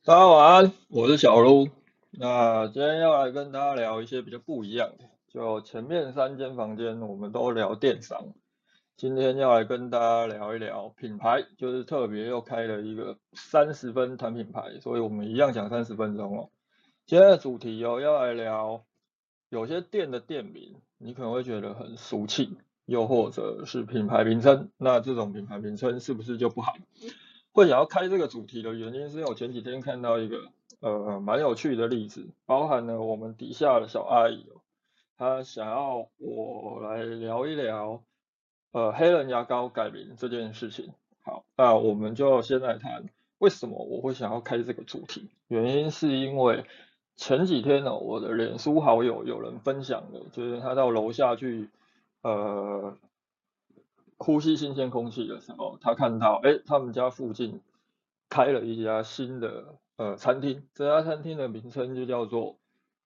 大家晚安，我是小卢。那今天要来跟大家聊一些比较不一样的，就前面3间房间我们都聊电商，今天要来跟大家聊一聊品牌，就是特别又开了一个30分谈品牌，所以我们一样讲30分钟哦。今天的主题要来聊有些店的店名，你可能会觉得很俗气，又或者是品牌名称，那这种品牌名称是不是就不好？会想要开这个主题的原因，是因为我前几天看到一个蛮有趣的例子，包含了我们底下的小阿姨哦，她想要我来聊一聊黑人牙膏改名这件事情。好，那我们就先来谈为什么我会想要开这个主题。原因是因为前几天呢，我的脸书好友有人分享的，就是他到楼下去呃呼吸新鲜空气的时候，他看到他们家附近开了一家新的餐厅，这家餐厅的名称就叫做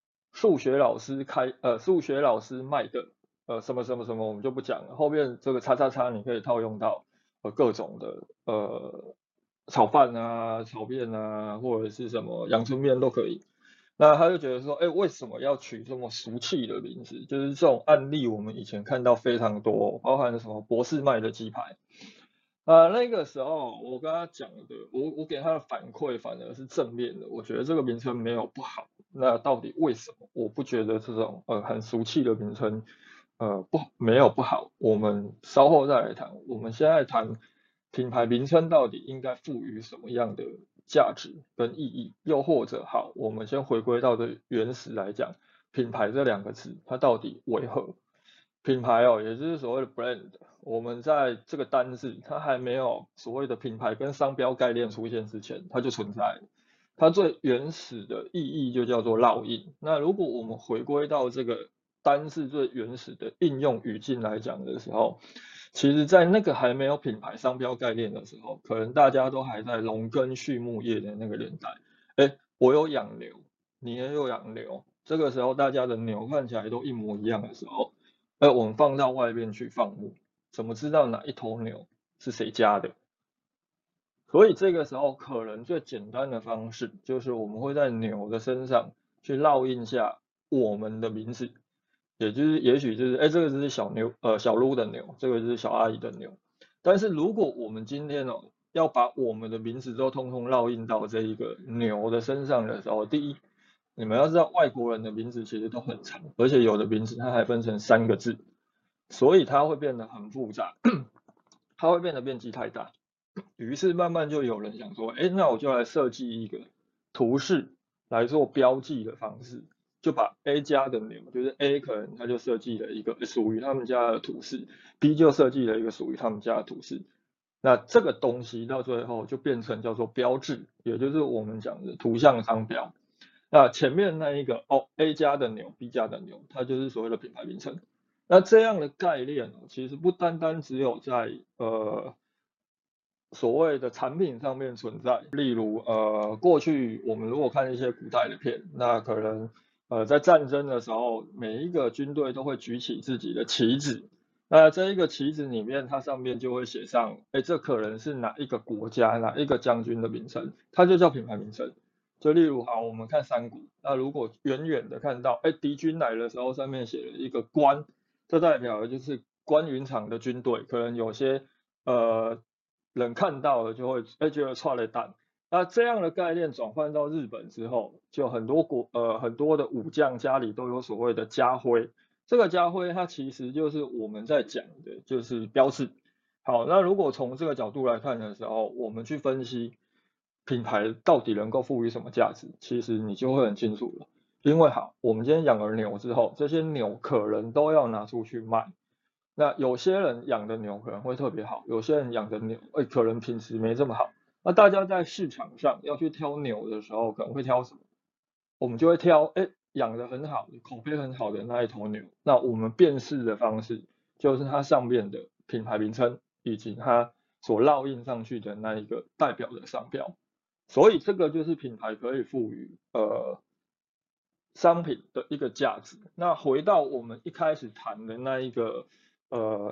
数学老师卖的什么什么什么，我们就不讲了，后面这个叉叉叉你可以套用到各种的炒饭啊、炒面啊，或者是什么阳春面都可以。那他就觉得说，为什么要取这么俗气的名字？就是这种案例，我们以前看到非常多，包含什么博士卖的鸡排。那个时候我跟他讲的，我给他的反馈反而是正面的，我觉得这个名称没有不好。那到底为什么我不觉得这种很俗气的名称没有不好？我们稍后再来谈。我们现在谈品牌名称到底应该赋予什么样的价值跟意义，又或者好，我们先回归到这原始来讲，品牌这2个字它到底为何？品牌哦，也就是所谓的 brand，我们在这个单字它还没有所谓的品牌跟商标概念出现之前，它就存在了。它最原始的意义就叫做烙印。那如果我们回归到这个单字最原始的应用语境来讲的时候，其实在那个还没有品牌商标概念的时候，可能大家都还在农耕畜牧业的那个年代。我有养牛，你也有养牛，这个时候大家的牛看起来都一模一样的时候，我们放到外面去放牧，怎么知道哪一头牛是谁家的？所以这个时候可能最简单的方式，就是我们会在牛的身上去烙印下我们的名字，也许就是，这个就是小牛，小鹿的牛，这个就是小阿姨的牛。但是如果我们今天哦，要把我们的名字都通通烙印到这一个牛的身上的时候，第一，你们要知道外国人的名字其实都很长，而且有的名字它还分成3个字，所以它会变得很复杂，它会变得面积太大。于是慢慢就有人想说，那我就来设计一个图示来做标记的方式，就把 A 家的牛，就是 A 可能他就设计了一个属于他们家的图示，B 就设计了一个属于他们家的图示。那这个东西到最后就变成叫做标志，也就是我们讲的图像商标。那前面那一个A 家的牛，B 家的牛，它就是所谓的品牌名称。那这样的概念其实不单单只有在所谓的产品上面存在，例如过去我们如果看一些古代的片，那可能在战争的时候，每一个军队都会举起自己的旗子，那这一个旗子里面，它上面就会写上，这可能是哪一个国家哪一个将军的名称，它就叫品牌名称。就例如好，我们看三国，那如果远远的看到，敌军来的时候，上面写了一个关，这代表的就是关云长的军队，可能有些呃人看到了就会觉得错了蛋。那这样的概念转换到日本之后，就很多的武将家里都有所谓的家徽，这个家徽它其实就是我们在讲的，就是标志。好，那如果从这个角度来看的时候，我们去分析品牌到底能够赋予什么价值，其实你就会很清楚了。因为好，我们今天养了牛之后，这些牛可能都要拿出去卖。那有些人养的牛可能会特别好，有些人养的牛，可能品质没这么好。那大家在市场上要去挑牛的时候，可能会挑什么？我们就会挑，养的很好的、口碑很好的那一头牛。那我们辨识的方式就是它上面的品牌名称以及它所烙印上去的那一个代表的商标。所以这个就是品牌可以赋予商品的一个价值。那回到我们一开始谈的那一个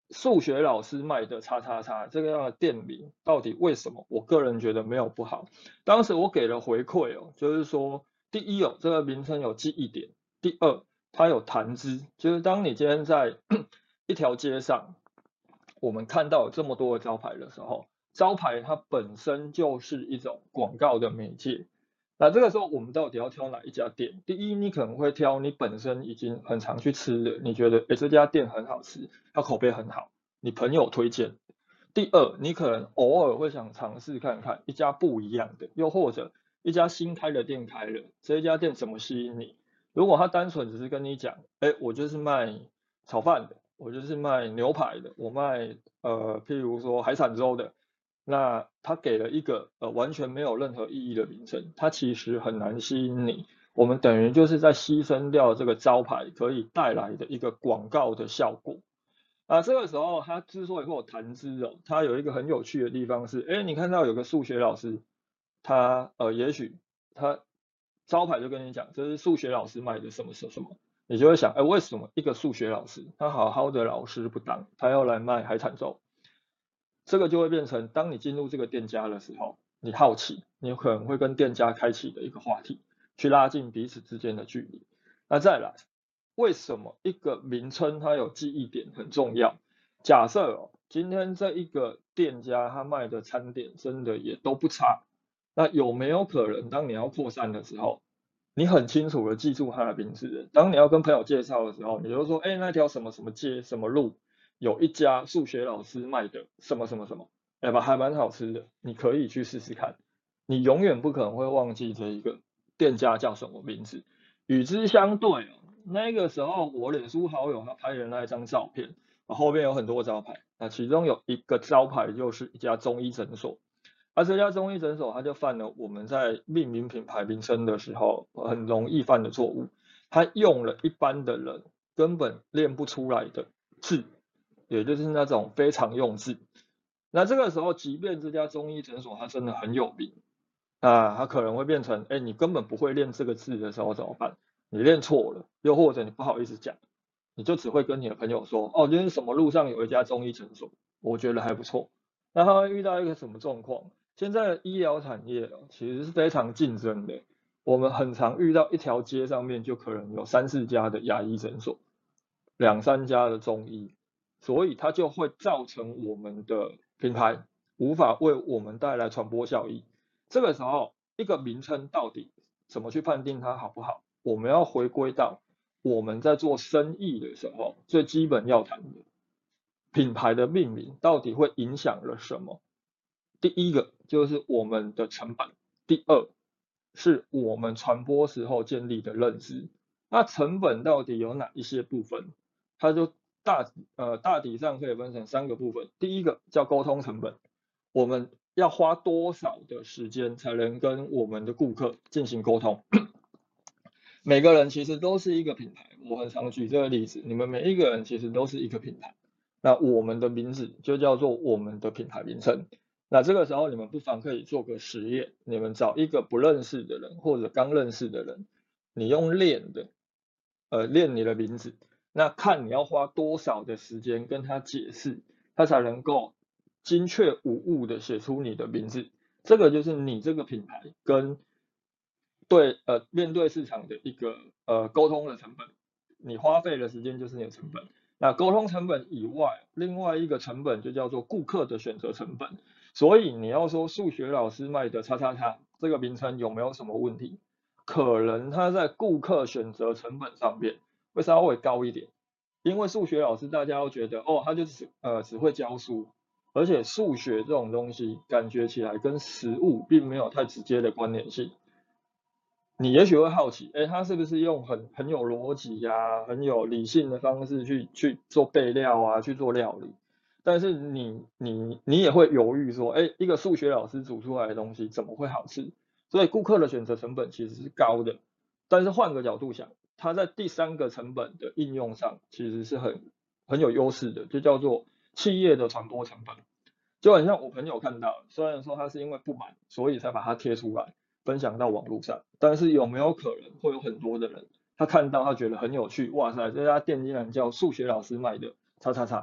数学老师卖的叉叉叉这个样的店名，到底为什么？我个人觉得没有不好。当时我给了回馈哦，就是说，第一哦，这个名称有记忆点；第二，它有谈资，就是当你今天在一条街上，我们看到有这么多的招牌的时候，招牌它本身就是一种广告的媒介。那这个时候我们到底要挑哪一家店？第一，你可能会挑你本身已经很常去吃的，你觉得这家店很好吃，它口碑很好，你朋友推荐。第二，你可能偶尔会想尝试看看一家不一样的，又或者一家新开的店开了，这一家店怎么吸引你？如果他单纯只是跟你讲，我就是卖炒饭的，我就是卖牛排的，我卖譬如说海产粥的，那他给了一个完全没有任何意义的名称，它其实很难吸引你。我们等于就是在牺牲掉这个招牌可以带来的一个广告的效果。这个时候他之所以会有谈资哦，他有一个很有趣的地方是，你看到有个数学老师，他也许他招牌就跟你讲，这是数学老师卖的什么什么，你就会想，为什么一个数学老师，他好好的老师不当，他要来卖海产粥？这个就会变成，当你进入这个店家的时候，你好奇，你有可能会跟店家开启的一个话题，去拉近彼此之间的距离。那再来，为什么一个名称它有记忆点很重要？假设今天这一个店家他卖的餐点真的也都不差，那有没有可能当你要扩散的时候，你很清楚的记住他的名字？当你要跟朋友介绍的时候，你就说，那条什么什么街什么路，有一家数学老师卖的什么什么什么，还蛮好吃的，你可以去试试看。你永远不可能会忘记这一个店家叫什么名字。与之相对那个时候我脸书好友他拍的那一张照片，后面有很多招牌，那其中有一个招牌就是一家中医诊所。这家中医诊所它就犯了我们在命名品牌名称的时候很容易犯的错误，它用了一般的人根本练不出来的字，也就是那种非常用字。那这个时候，即便这家中医诊所它真的很有名，它可能会变成，你根本不会练这个字的时候怎么办？你练错了，又或者你不好意思讲，你就只会跟你的朋友说，今天什么路上有一家中医诊所，我觉得还不错。那他会遇到一个什么状况？现在的医疗产业其实是非常竞争的，我们很常遇到一条街上面就可能有3、4家的牙医诊所，2、3家的中医，所以它就会造成我们的品牌无法为我们带来传播效益。这个时候，一个名称到底怎么去判定它好不好？我们要回归到我们在做生意的时候最基本要谈的品牌的命名到底会影响了什么？第一个就是我们的成本，第二是我们传播时候建立的认知。那成本到底有哪一些部分？它就大体上可以分成3个部分。第一个叫沟通成本，我们要花多少的时间才能跟我们的顾客进行沟通？每个人其实都是一个品牌，我很常举这个例子，你们每一个人其实都是一个品牌。那我们的名字就叫做我们的品牌名称。那这个时候你们不妨可以做个实验，你们找一个不认识的人或者刚认识的人，你用练的，练你的名字，那看你要花多少的时间跟他解释，他才能够精确无误的写出你的名字。这个就是你这个品牌跟面对市场的一个沟通的成本，你花费的时间就是你的成本。那沟通成本以外，另外一个成本就叫做顾客的选择成本。所以你要说数学老师卖的叉叉叉这个名称有没有什么问题？可能它在顾客选择成本上面会稍微高一点，因为数学老师大家都觉得他就只会教书，而且数学这种东西感觉起来跟实物并没有太直接的关联性。你也许会好奇，他是不是用很有逻辑啊，很有理性的方式去做备料啊，去做料理？但是你也会犹豫说，一个数学老师煮出来的东西怎么会好吃？所以顾客的选择成本其实是高的。但是换个角度想，它在第3个成本的应用上其实是很有优势的，就叫做企业的传播成本。就很像我朋友看到，虽然说他是因为不满，所以才把它贴出来，分享到网络上，但是有没有可能会有很多的人，他看到他觉得很有趣，哇塞，这家店竟然叫数学老师卖的叉叉叉，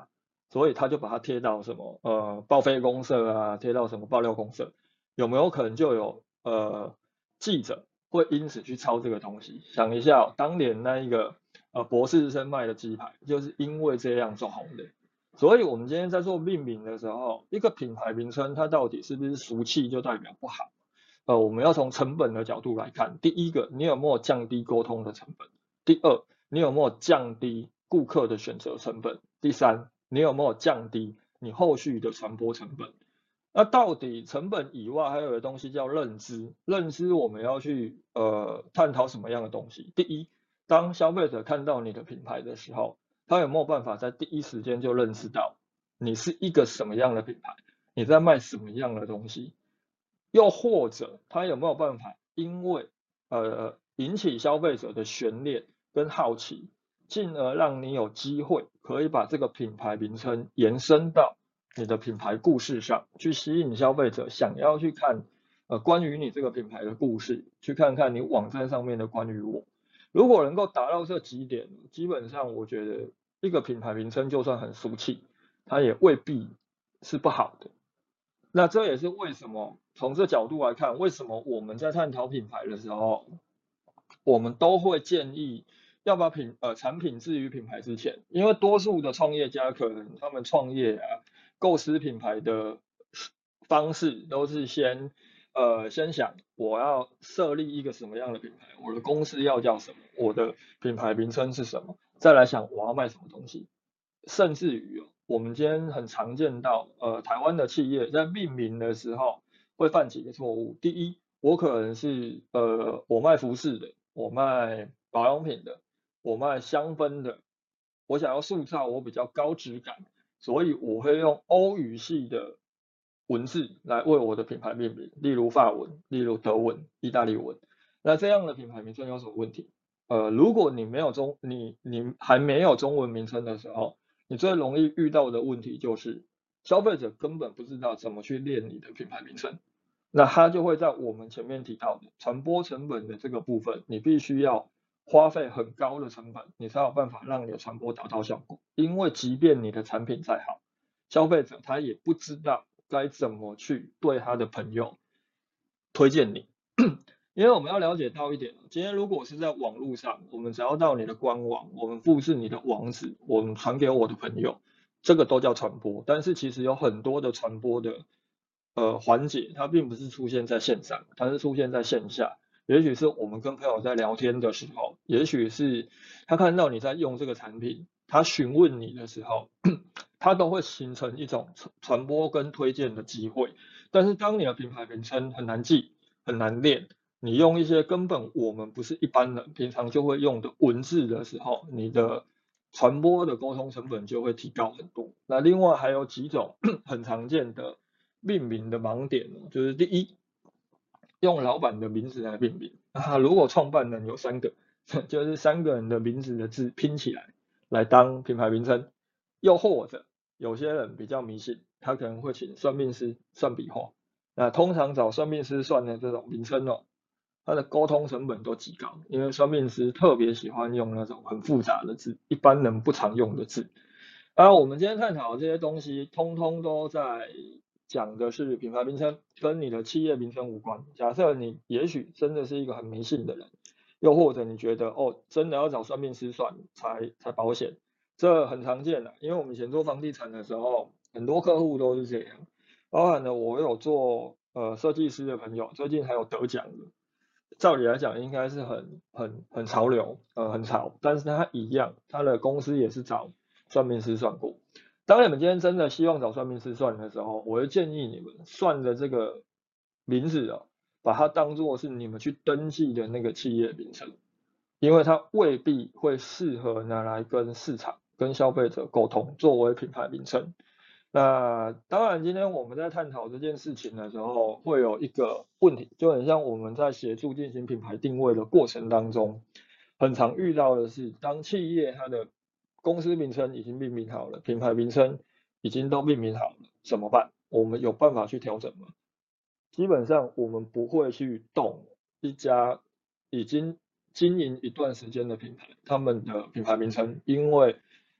所以他就把它贴到什么报废公社啊，贴到什么爆料公社，有没有可能就有记者会因此去抄这个东西？想一下哦，当年那一个博士生卖的鸡排，就是因为这样走红的。所以我们今天在做命名的时候，一个品牌名称它到底是不是俗气，就代表不好。我们要从成本的角度来看，第一个，你有没有降低沟通的成本？第二，你有没有降低顾客的选择成本？第三，你有没有降低你后续的传播成本？那到底成本以外还有个东西叫认知，认知我们要去探讨什么样的东西？第一，当消费者看到你的品牌的时候，他有没有办法在第一时间就认识到你是一个什么样的品牌，你在卖什么样的东西？又或者他有没有办法，因为引起消费者的悬念跟好奇，进而让你有机会可以把这个品牌名称延伸到你的品牌故事上，去吸引消费者想要去看关于你这个品牌的故事，去看看你网站上面的关于我。如果能够达到这几点，基本上我觉得一个品牌名称就算很俗气，它也未必是不好的。那这也是为什么从这角度来看，为什么我们在探讨品牌的时候，我们都会建议要把产品置于品牌之前，因为多数的创业家可能他们创业啊，构思品牌的方式都是先想我要设立一个什么样的品牌，我的公司要叫什么，我的品牌名称是什么，再来想我要卖什么东西。甚至于我们今天很常见到，台湾的企业在命名的时候会犯几个错误。第一，我可能是我卖服饰的，我卖保养品的，我卖香氛的，我想要塑造我比较高质感，所以我会用欧语系的文字来为我的品牌命名，例如法文，例如德文、意大利文。那这样的品牌名称有什么问题？如果你没有你还没有中文名称的时候，你最容易遇到的问题就是消费者根本不知道怎么去练你的品牌名称，那他就会在我们前面提到的传播成本的这个部分，你必须要花费很高的成本，你才有办法让你的传播达到效果。因为即便你的产品再好，消费者他也不知道该怎么去对他的朋友推荐你。因为我们要了解到一点，今天如果是在网络上，我们只要到你的官网，我们复制你的网址，我们传给我的朋友，这个都叫传播。但是其实有很多的传播的环节，它并不是出现在线上，它是出现在线下。也许是我们跟朋友在聊天的时候，也许是他看到你在用这个产品，他询问你的时候，它都会形成一种传播跟推荐的机会。但是当你的品牌名称很难记、很难练，你用一些根本我们不是一般人平常就会用的文字的时候，你的传播的沟通成本就会提高很多。那另外还有几种很常见的命名的盲点，就是第一，用老板的名字来命名啊。如果创办人有3个，就是3个人的名字的字拼起来当品牌名称，又或者有些人比较迷信，他可能会请算命师算笔画。那通常找算命师算的这种名称它的沟通成本都极高，因为算命师特别喜欢用那种很复杂的字，一般人不常用的字。我们今天探讨的这些东西，通通都在讲的是品牌名称，跟你的企业名称无关。假设你也许真的是一个很迷信的人，又或者你觉得真的要找算命师算才保险，这很常见的。因为我们以前做房地产的时候，很多客户都是这样。包含了我有做设计师的朋友，最近还有得奖的。照理来讲应该是很潮流，很潮，但是他一样，他的公司也是找算命师算过。当你们今天真的希望找算命师算的时候，我会建议你们算的这个名字把它当做是你们去登记的那个企业名称，因为它未必会适合拿来跟市场、跟消费者沟通，作为品牌名称。那当然，今天我们在探讨这件事情的时候，会有一个问题，就很像我们在协助进行品牌定位的过程当中，很常遇到的是，当企业它的公司名称已经命名好了，品牌名称已经都命名好了，怎么办？我们有办法去调整吗？基本上我们不会去动一家已经经营一段时间的品牌，他们的品牌名称，因为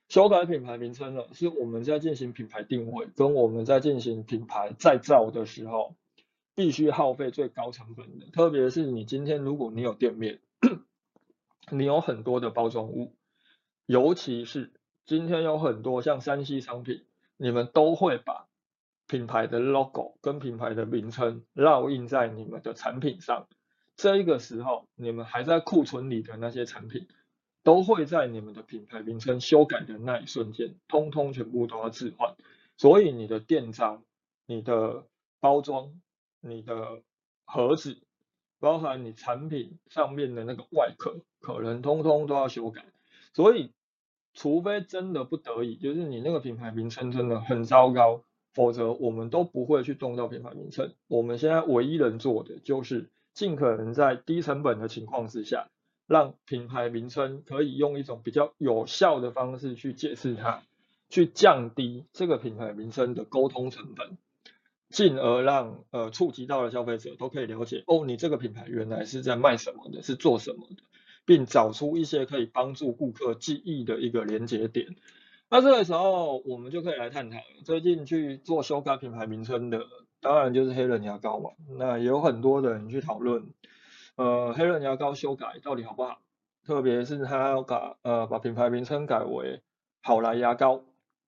修改品牌名称呢，是我们在进行品牌定位跟我们在进行品牌再造的时候，必须耗费最高成本的。特别是你今天如果你有店面，你有很多的包装物，尤其是今天有很多像3C 商品，你们都会把品牌的 logo 跟品牌的名称烙印在你们的产品上。这一个时候，你们还在库存里的那些产品，都会在你们的品牌名称修改的那一瞬间，通通全部都要置换。所以你的店章、你的包装、你的盒子，包含你产品上面的那个外壳，可能通通都要修改。所以，除非真的不得已，就是你那个品牌名称真的很糟糕，否则我们都不会去动到品牌名称。我们现在唯一能做的就是尽可能在低成本的情况之下，让品牌名称可以用一种比较有效的方式去解释它，去降低这个品牌名称的沟通成本。进而让触及到的消费者都可以了解，哦，你这个品牌原来是在卖什么的，是做什么的，并找出一些可以帮助顾客记忆的一个连接点。那这个时候我们就可以来探讨，最近去做修改品牌名称的，当然就是黑人牙膏嘛。那也有很多的人去讨论，黑人牙膏修改到底好不好？特别是他要把品牌名称改为好来牙膏。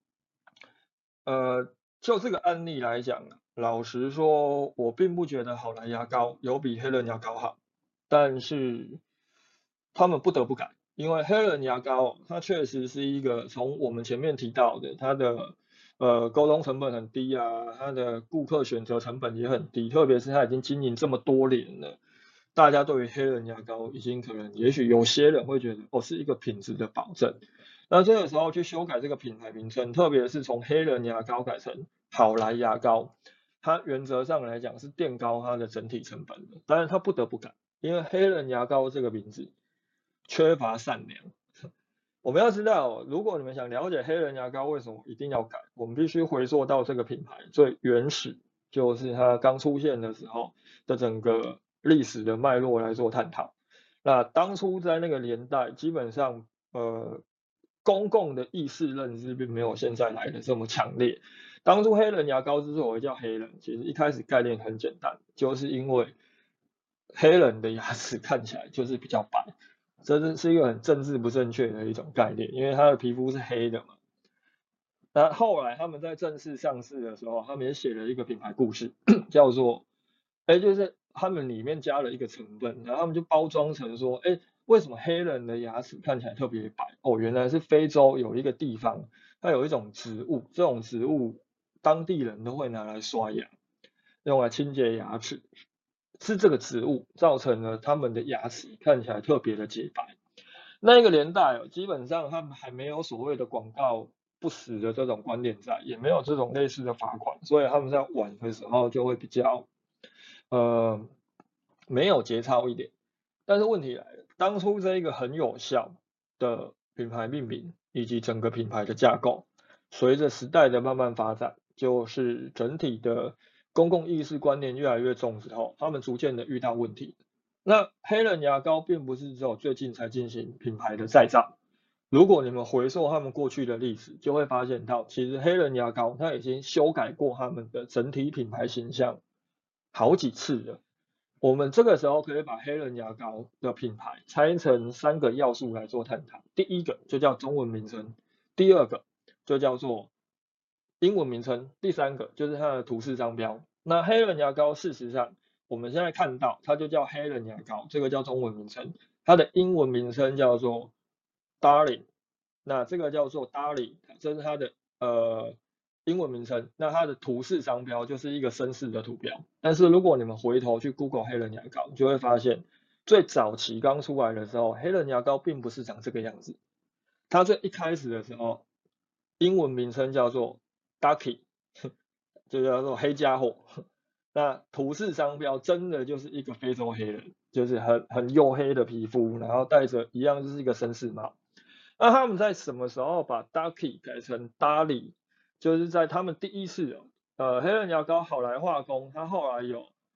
就这个案例来讲，老实说，我并不觉得好来牙膏有比黑人牙膏好，但是他们不得不改，因为黑人牙膏它确实是一个从我们前面提到的，它的沟通成本很低啊，它的顾客选择成本也很低，特别是它已经经营这么多年了，大家对于黑人牙膏已经可能，也许有些人会觉得哦是一个品质的保证。那这个时候去修改这个品牌名称，特别是从黑人牙膏改成好来牙膏，它原则上来讲是垫高它的整体成本的，当然它不得不改，因为黑人牙膏这个名字缺乏善良。我们要知道，如果你们想了解黑人牙膏为什么一定要改，我们必须回溯到这个品牌最原始，就是它刚出现的时候的整个历史的脉络来做探讨。那当初在那个年代，基本上公共的意识认知并没有现在来的这么强烈。当初黑人牙膏之所以叫黑人，其实一开始概念很简单，就是因为黑人的牙齿看起来就是比较白，这是一个很政治不正确的一种概念，因为他的皮肤是黑的嘛。那后来他们在正式上市的时候，他们也写了一个品牌故事，叫做，就是他们里面加了一个成分，然后他们就包装成说，为什么黑人的牙齿看起来特别白？哦，原来是非洲有一个地方，它有一种植物，这种植物当地人都会拿来刷牙，用来清洁牙齿，是这个植物造成了他们的牙齿看起来特别的洁白。那个年代哦，基本上他们还没有所谓的广告不实的这种观念在，也没有这种类似的罚款，所以他们在玩的时候就会比较呃没有节操一点。但是问题来了，当初这一个很有效的品牌命名以及整个品牌的架构，随着时代的慢慢发展，就是整体的公共意识观念越来越重之后，他们逐渐的遇到问题。那黑人牙膏并不是只有最近才进行品牌的再造。如果你们回溯他们过去的历史，就会发现到，其实黑人牙膏它已经修改过他们的整体品牌形象好几次了。我们这个时候可以把黑人牙膏的品牌拆成3个要素来做探讨。第一个就叫中文名称，第二个就叫做英文名称，第三个就是它的图示商标。那黑人牙膏事实上我们现在看到它就叫黑人牙膏，这个叫中文名称，它的英文名称叫做 Darling，那这个叫做 Darling，这是它的英文名称，那它的图示商标就是一个绅士的图标。但是如果你们回头去 Google 黑人牙膏，你就会发现最早期刚出来的时候，黑人牙膏并不是长这个样子。它最一开始的时候，英文名称叫做 Ducky，就叫做黑家伙。那图示商标真的就是一个非洲黑人，就是很黝黑的皮肤，然后戴着一样就是一个绅士帽。那他们在什么时候把 Ducky 改成 Dolly？就是在他们第一次黑人牙膏好来化工，它后来有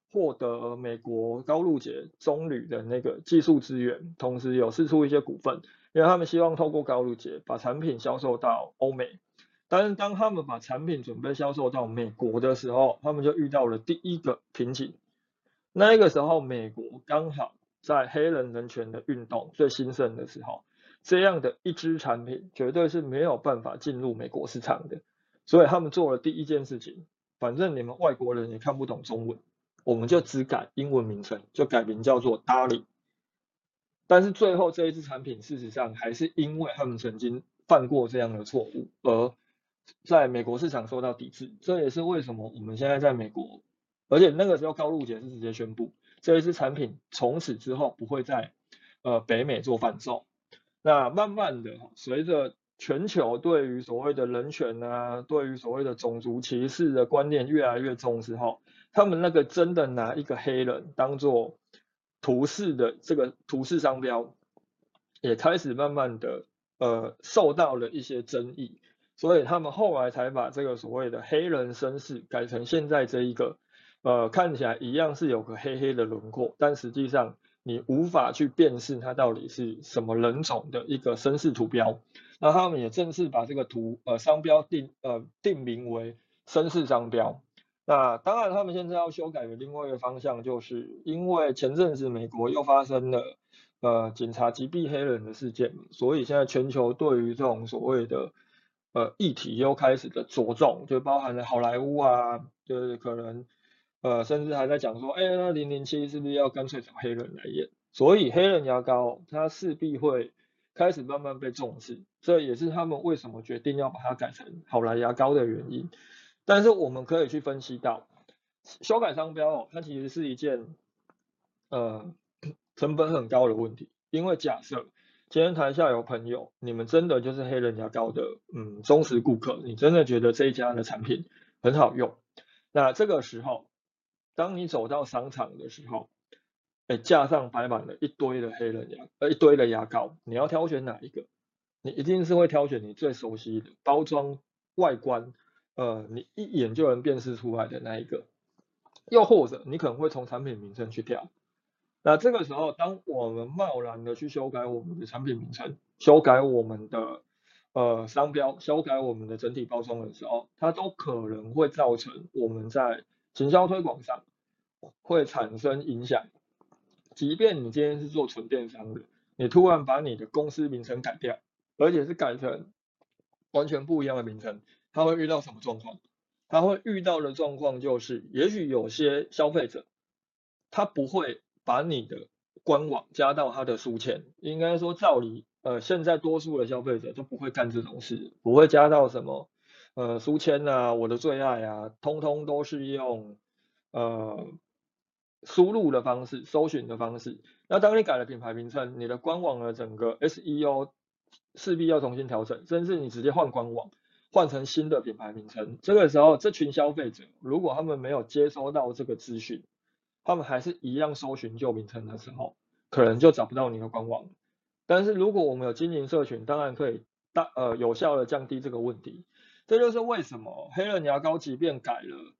获得美国高露洁棕榈的那个技术资源，同时有释出一些股份，因为他们希望透过高露洁把产品销售到欧美。但是当他们把产品准备销售到美国的时候，他们就遇到了第一个瓶颈。那个时候，美国刚好在黑人人权的运动最兴盛的时候，这样的一支产品绝对是没有办法进入美国市场的。所以他们做了第一件事情，反正你们外国人也看不懂中文，我们就只改英文名称，就改名叫做 Darling。但是最后这一支产品，事实上还是因为他们曾经犯过这样的错误，而在美国市场受到抵制。这也是为什么我们现在在美国，而且那个时候高露洁是直接宣布，这一支产品从此之后不会在北美做贩售。那慢慢的，随着全球对于所谓的人权啊，对于所谓的种族歧视的观念越来越重之后，他们那个真的拿一个黑人当做图示的这个图示商标，也开始慢慢的受到了一些争议，所以他们后来才把这个所谓的黑人绅士改成现在这一个看起来一样是有个黑黑的轮廓，但实际上你无法去辨识它到底是什么人种的一个绅士图标。那他们也正式把这个商标定名为绅士商标。那当然，他们现在要修改的另外一个方向，就是因为前阵子美国又发生了警察击毙黑人的事件，所以现在全球对于这种所谓的议题又开始的着重，就包含了好莱坞啊，就是可能甚至还在讲说，哎，那007是不是要干脆找黑人来演？所以黑人牙膏它势必会开始慢慢被重视，这也是他们为什么决定要把它改成好莱牙膏的原因。但是我们可以去分析到，修改商标它其实是一件呃成本很高的问题，因为假设今天台下有朋友，你们真的就是黑人牙膏的忠实顾客，你真的觉得这一家的产品很好用，那这个时候，当你走到商场的时候，架上摆满了一堆的一堆的牙膏，你要挑选哪一个？你一定是会挑选你最熟悉的包装外观，你一眼就能辨识出来的那一个，又或者你可能会从产品名称去挑。那这个时候，当我们贸然的去修改我们的产品名称，修改我们的商标，修改我们的整体包装的时候，它都可能会造成我们在行销推广上会产生影响。即便你今天是做纯电商的，你突然把你的公司名称改掉，而且是改成完全不一样的名称，它会遇到什么状况？它会遇到的状况就是，也许有些消费者他不会把你的官网加到他的书签，应该说照理，现在多数的消费者都不会干这种事，不会加到什么书签啊，我的最爱啊，通通都是用呃输入的方式、搜寻的方式。那当你改了品牌名称，你的官网的整个 SEO 势必要重新调整，甚至你直接换官网，换成新的品牌名称。这个时候，这群消费者如果他们没有接收到这个资讯，他们还是一样搜寻旧名称的时候，可能就找不到你的官网。但是如果我们有经营社群，当然可以有效的降低这个问题。这就是为什么黑人牙膏即便改了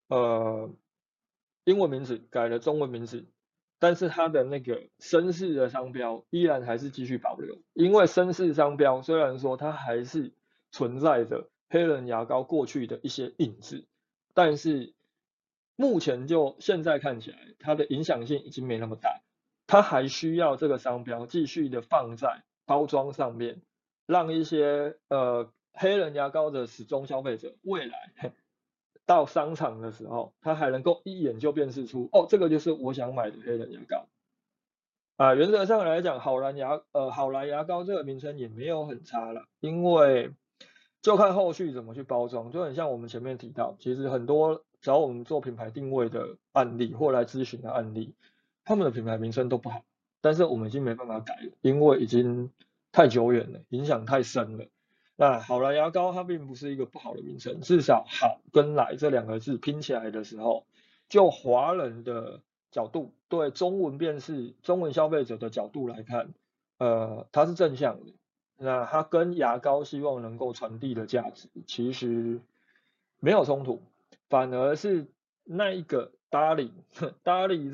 英文名字，改了中文名字，但是它的那个绅士的商标依然还是继续保留，因为绅士商标虽然说它还是存在着黑人牙膏过去的一些印子，但是目前就现在看起来，它的影响性已经没那么大，它还需要这个商标继续的放在包装上面，让一些黑人牙膏的始终消费者未来到商场的时候，他还能够一眼就辨识出，哦，这个就是我想买的黑人牙膏。原则上来讲，好来牙膏这个名称也没有很差了，因为就看后续怎么去包装，就很像我们前面提到，其实很多找我们做品牌定位的案例或来咨询的案例，他们的品牌名称都不好，但是我们已经没办法改了，因为已经太久远了，影响太深了。那好来牙膏它并不是一个不好的名称，至少好跟来这两个字拼起来的时候，就华人的角度，对中文辨识、中文消费者的角度来看，它是正向的。那它跟牙膏希望能够传递的价值，其实没有冲突，反而是那一个 Darlie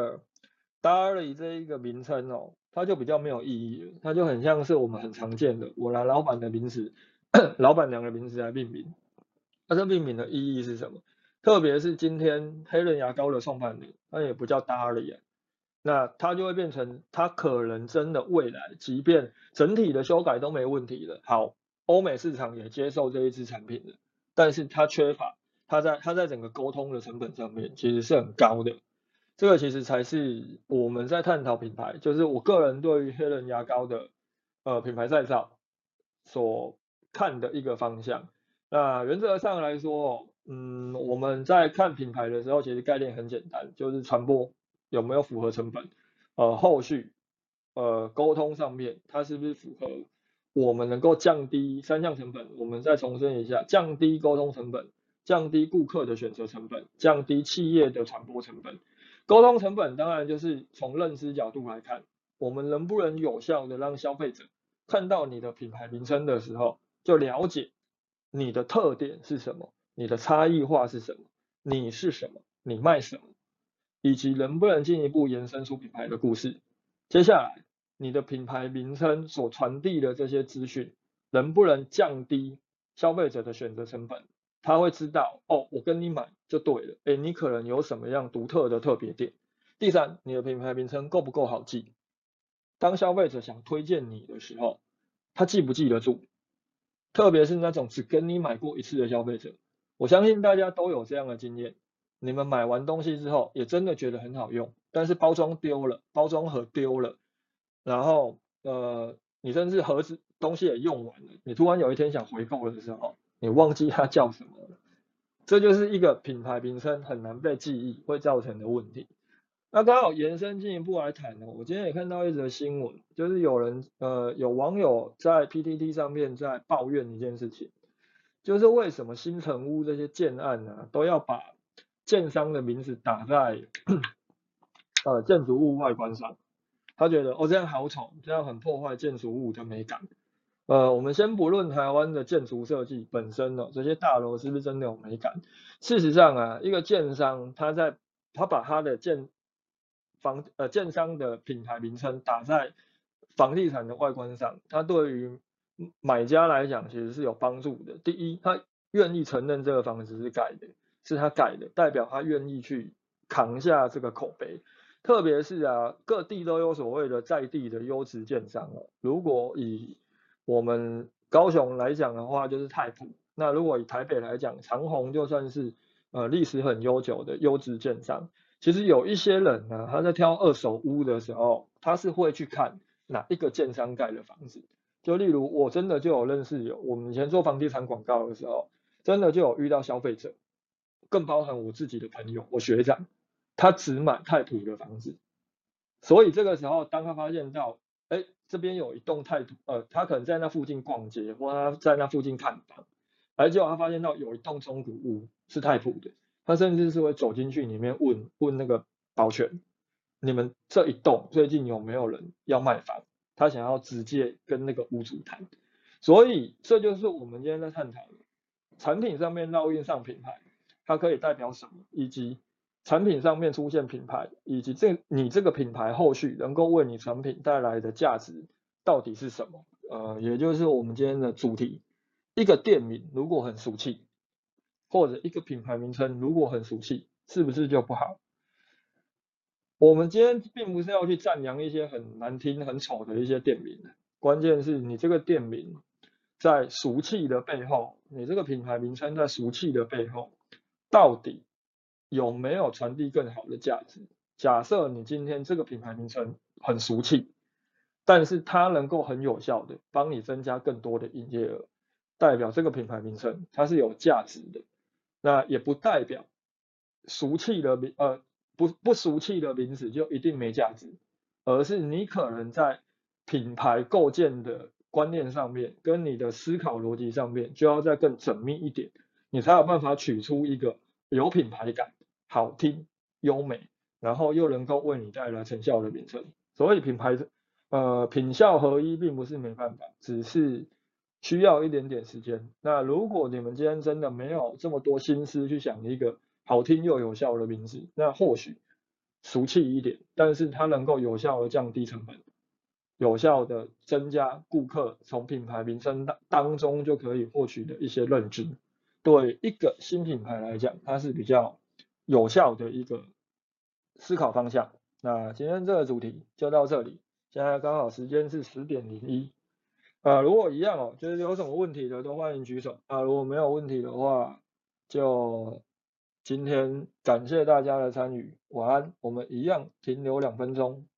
这一个名称哦，它就比较没有意义了，它就很像是我们很常见的，我拿老板的名字、老板娘的名字来命名，它这命名的意义是什么？特别是今天黑人牙膏的创办人，他也不叫 Darlie 啊，那它就会变成，它可能真的未来，即便整体的修改都没问题了，好，欧美市场也接受这一支产品了，但是它缺乏，它在整个沟通的成本上面其实是很高的，这个其实才是我们在探讨品牌，就是我个人对于黑人牙膏的品牌再造所看的一个方向。那原则上来说，我们在看品牌的时候，其实概念很简单，就是传播有没有符合成本，后续沟通上面它是不是符合我们能够降低三项成本。我们再重申一下，降低沟通成本，降低顾客的选择成本，降低企业的传播成本。沟通成本当然就是从认知角度来看，我们能不能有效的让消费者看到你的品牌名称的时候，就了解你的特点是什么，你的差异化是什么，你是什么，你卖什么，以及能不能进一步延伸出品牌的故事。接下来，你的品牌名称所传递的这些资讯，能不能降低消费者的选择成本？他会知道，哦，我跟你买就对了，你可能有什么样独特的特别点。第三，你的品牌名称够不够好记？当消费者想推荐你的时候，他记不记得住？特别是那种只跟你买过一次的消费者，我相信大家都有这样的经验。你们买完东西之后，也真的觉得很好用，但是包装丢了，包装盒丢了，然后你甚至盒子东西也用完了，你突然有一天想回购的时候，你忘记它叫什么了，这就是一个品牌名称很难被记忆会造成的问题。那刚好延伸进一步来谈哦，我今天也看到一则新闻，就是有网友在 PTT 上面在抱怨一件事情，就是为什么新成屋这些建案呢，都要把建商的名字打在建筑物外观上？他觉得这样好丑，这样很破坏建筑物的美感。我们先不论台湾的建筑设计本身这些大楼是不是真的有美感，事实上啊，一个建商他把他的建商的品牌名称打在房地产的外观上，他对于买家来讲其实是有帮助的。第一，他愿意承认这个房子是盖的，是他盖的，代表他愿意去扛下这个口碑。特别是各地都有所谓的在地的优质建商如果以我们高雄来讲的话，就是太普。那如果以台北来讲，长虹就算是历史很悠久的优质建商。其实有一些人呢，他在挑二手屋的时候，他是会去看哪一个建商盖的房子。就例如我真的就有认识我们以前做房地产广告的时候，真的就有遇到消费者，更包含我自己的朋友，我学长，他只买太普的房子。所以这个时候，当他发现到，这边有一栋太普，他可能在那附近逛街，或他在那附近看房，结果他发现到有一栋中古屋是太普的，他甚至是会走进去里面问那个保全，你们这一栋最近有没有人要卖房？他想要直接跟那个屋主谈。所以这就是我们今天在探讨的，产品上面烙印上品牌，它可以代表什么，以及产品上面出现品牌，以及你这个品牌后续能够为你产品带来的价值到底是什么？也就是我们今天的主题。一个店名如果很俗气，或者一个品牌名称如果很俗气，是不是就不好？我们今天并不是要去赞扬一些很难听、很丑的一些店名，关键是你这个店名在俗气的背后，你这个品牌名称在俗气的背后，到底有没有传递更好的价值？假设你今天这个品牌名称很俗气，但是它能够很有效的帮你增加更多的营业额，代表这个品牌名称它是有价值的。那也不代表俗气的不俗气的名字就一定没价值，而是你可能在品牌构建的观念上面，跟你的思考逻辑上面，就要再更缜密一点，你才有办法取出一个有品牌感、好听、优美，然后又能够为你带来成效的名称。所以品效合一并不是没办法，只是需要一点点时间。那如果你们今天真的没有这么多心思去想一个好听又有效的名字，那或许俗气一点，但是它能够有效的降低成本，有效的增加顾客从品牌名称当中就可以获取的一些认知。对一个新品牌来讲，它是比较有效的一个思考方向。那今天这个主题就到这里，现在刚好时间是10:01。如果一样哦，就是有什么问题的都欢迎举手。如果没有问题的话，就今天感谢大家的参与，晚安。我们一样停留2分钟。